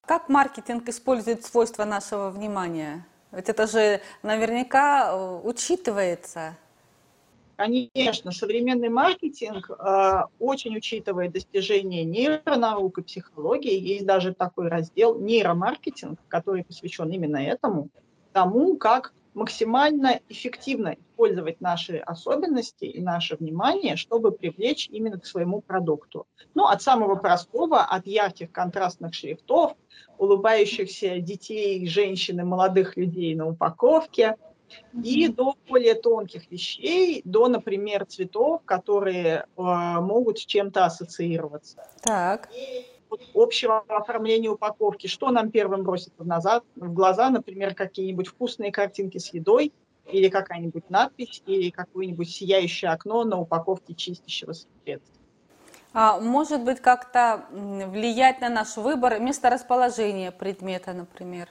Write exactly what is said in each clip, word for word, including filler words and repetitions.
Как маркетинг использует свойства нашего внимания? Ведь это же наверняка э, учитывается. Конечно, современный маркетинг э, очень учитывает достижения нейронаук и психологии. Есть даже такой раздел нейромаркетинг, который посвящен именно этому, тому, как максимально эффективно использовать наши особенности и наше внимание, чтобы привлечь именно к своему продукту. Ну, от самого простого, от ярких контрастных шрифтов, улыбающихся детей, женщин и молодых людей на упаковке, и до более тонких вещей, до, например, цветов, которые э, могут с чем-то ассоциироваться. Так. И вот общего оформления упаковки, что нам первым бросится в, назад, в глаза, например, какие-нибудь вкусные картинки с едой, или какая-нибудь надпись, или какое-нибудь сияющее окно на упаковке чистящего средства. А может быть, как-то м, влиять на наш выбор месторасположение предмета, например?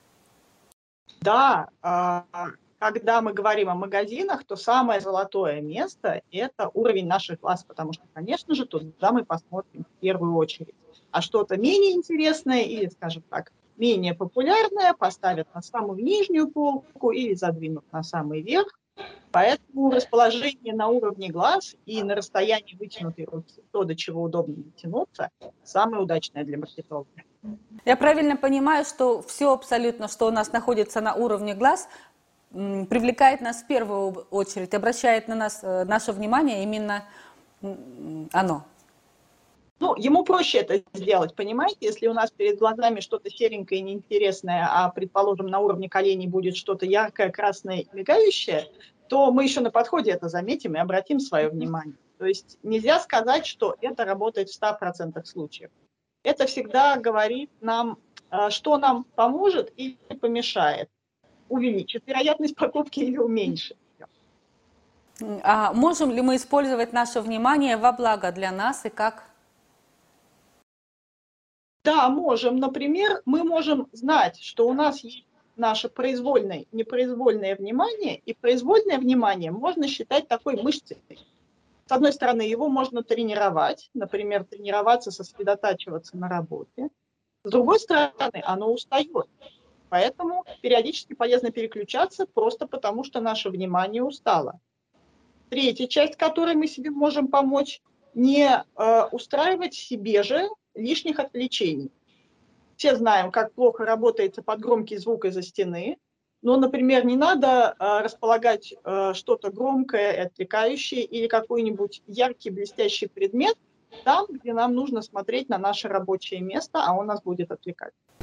Да, а, когда мы говорим о магазинах, то самое золотое место – это уровень наших глаз, потому что, конечно же, туда мы посмотрим в первую очередь. А что-то менее интересное или, скажем так, менее популярное поставят на самую нижнюю полку или задвинут на самый верх. Поэтому расположение на уровне глаз и на расстоянии вытянутой руки, то, до чего удобно дотянуться, самое удачное для маркетолога. Я правильно понимаю, что все абсолютно, что у нас находится на уровне глаз, м, привлекает нас в первую очередь, обращает на нас э, наше внимание именно м, оно. Ну, ему проще это сделать, понимаете? Если у нас перед глазами что-то серенькое и неинтересное, а, предположим, на уровне коленей будет что-то яркое, красное и мигающее, то мы еще на подходе это заметим и обратим свое внимание. То есть нельзя сказать, что это работает в ста процентах случаев. Это всегда говорит нам, а, что нам поможет или помешает, увеличит вероятность покупки или уменьшит. М, А можем ли мы использовать наше внимание во благо для нас и как? Да, можем. Например, мы можем знать, что у нас есть наше произвольное и непроизвольное внимание, и произвольное внимание можно считать такой мышцей. С одной стороны, его можно тренировать, например, тренироваться, сосредотачиваться на работе. С другой стороны, оно устает. Поэтому периодически полезно переключаться просто потому, что наше внимание устало. Третья часть, которой мы себе можем помочь, не э, устраивать себе же лишних отвлечений. Все знаем, как плохо работает под громкий звук из-за стены. Но, например, не надо э, располагать э, что-то громкое и отвлекающее или какой-нибудь яркий блестящий предмет там, где нам нужно смотреть на наше рабочее место, а он нас будет отвлекать.